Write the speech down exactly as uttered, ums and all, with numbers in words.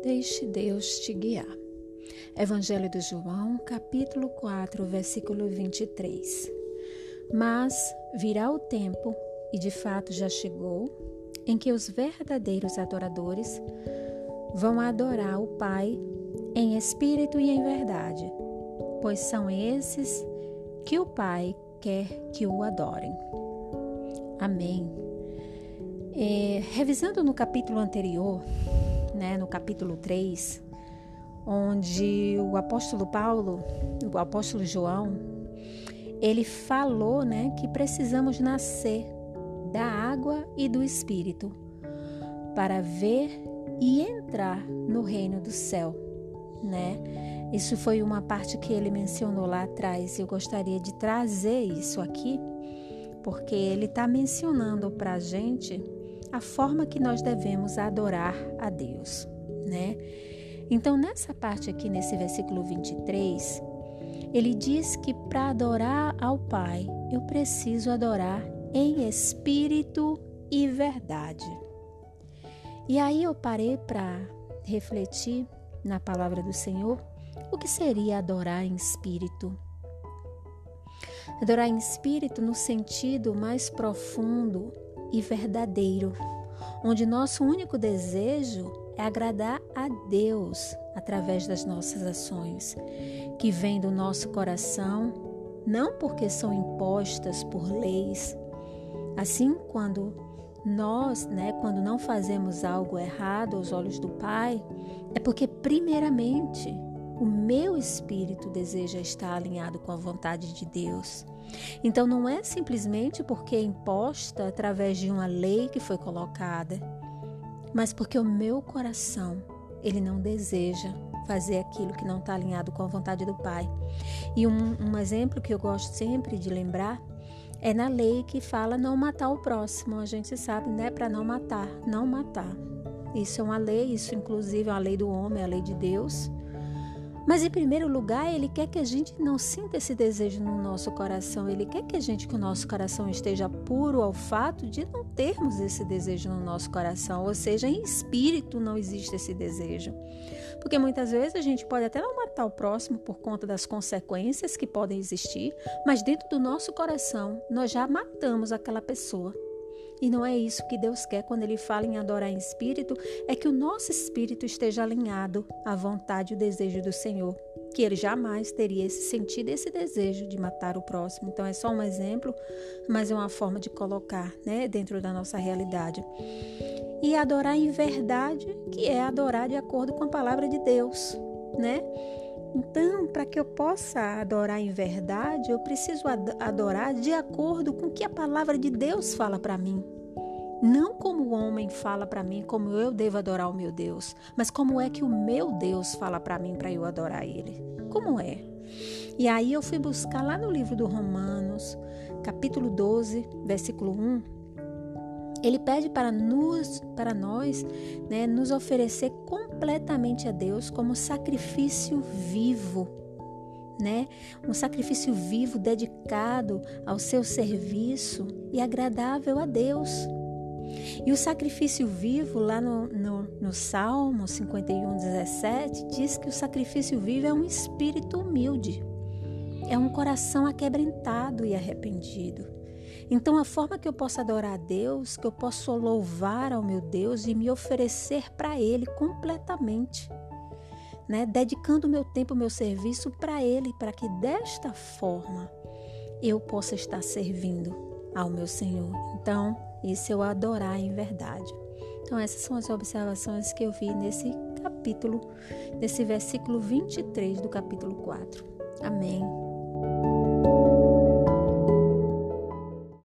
Deixe Deus te guiar. Evangelho de João, capítulo quatro, versículo vinte e três. Mas virá o tempo, e de fato já chegou, em que os verdadeiros adoradores vão adorar o Pai em espírito e em verdade, pois são esses que o Pai quer que o adorem. Amém. É, revisando no capítulo anterior, né, no capítulo três, onde o apóstolo Paulo, o apóstolo João, ele falou, né, que precisamos nascer da água e do Espírito para ver e entrar no reino do céu, né? Isso foi uma parte que ele mencionou lá atrás. Eu gostaria de trazer isso aqui, porque ele está mencionando para a gente a forma que nós devemos adorar a Deus, né? Então, nessa parte aqui, nesse versículo vinte e três, ele diz que para adorar ao Pai, eu preciso adorar em espírito e verdade. E aí eu parei para refletir na palavra do Senhor, o que seria adorar em espírito? Adorar em espírito no sentido mais profundo e verdadeiro, onde nosso único desejo é agradar a Deus através das nossas ações, que vêm do nosso coração, não porque são impostas por leis. Assim, quando nós, né, quando não fazemos algo errado aos olhos do Pai, é porque primeiramente o meu espírito deseja estar alinhado com a vontade de Deus. Então não é simplesmente porque é imposta através de uma lei que foi colocada, mas porque o meu coração, ele não deseja fazer aquilo que não está alinhado com a vontade do Pai. E um, um exemplo que eu gosto sempre de lembrar é na lei que fala não matar o próximo. A gente sabe, né, para não matar, não matar. Isso é uma lei, isso inclusive é uma lei do homem, é a lei de Deus. Mas em primeiro lugar, ele quer que a gente não sinta esse desejo no nosso coração. Ele quer que a gente, que o nosso coração esteja puro ao fato de não termos esse desejo no nosso coração. Ou seja, em espírito não existe esse desejo. Porque muitas vezes a gente pode até não matar o próximo por conta das consequências que podem existir, mas dentro do nosso coração nós já matamos aquela pessoa. E não é isso que Deus quer quando Ele fala em adorar em espírito, é que o nosso espírito esteja alinhado à vontade e o desejo do Senhor, que Ele jamais teria esse sentido, esse desejo de matar o próximo. Então é só um exemplo, mas é uma forma de colocar, né, dentro da nossa realidade. E adorar em verdade, que é adorar de acordo com a palavra de Deus, né? Então, para que eu possa adorar em verdade, eu preciso adorar de acordo com o que a palavra de Deus fala para mim. Não como o homem fala para mim, como eu devo adorar o meu Deus, mas como é que o meu Deus fala para mim para eu adorar Ele. Como é? E aí eu fui buscar lá no livro do Romanos, capítulo doze, versículo um, ele pede para, nos, para nós, né, nos oferecer completamente a Deus como sacrifício vivo, né? Um sacrifício vivo dedicado ao seu serviço e agradável a Deus. E o sacrifício vivo, lá no, no, no Salmo cinquenta e um, dezessete, diz que o sacrifício vivo é um espírito humilde, é um coração aquebrantado e arrependido. Então, a forma que eu posso adorar a Deus, que eu posso louvar ao meu Deus e me oferecer para Ele completamente, né? Dedicando o meu tempo, o meu serviço para Ele, para que desta forma eu possa estar servindo ao meu Senhor. Então, isso é o adorar em verdade. Então, essas são as observações que eu vi nesse capítulo, nesse versículo vinte e três do capítulo quatro. Amém.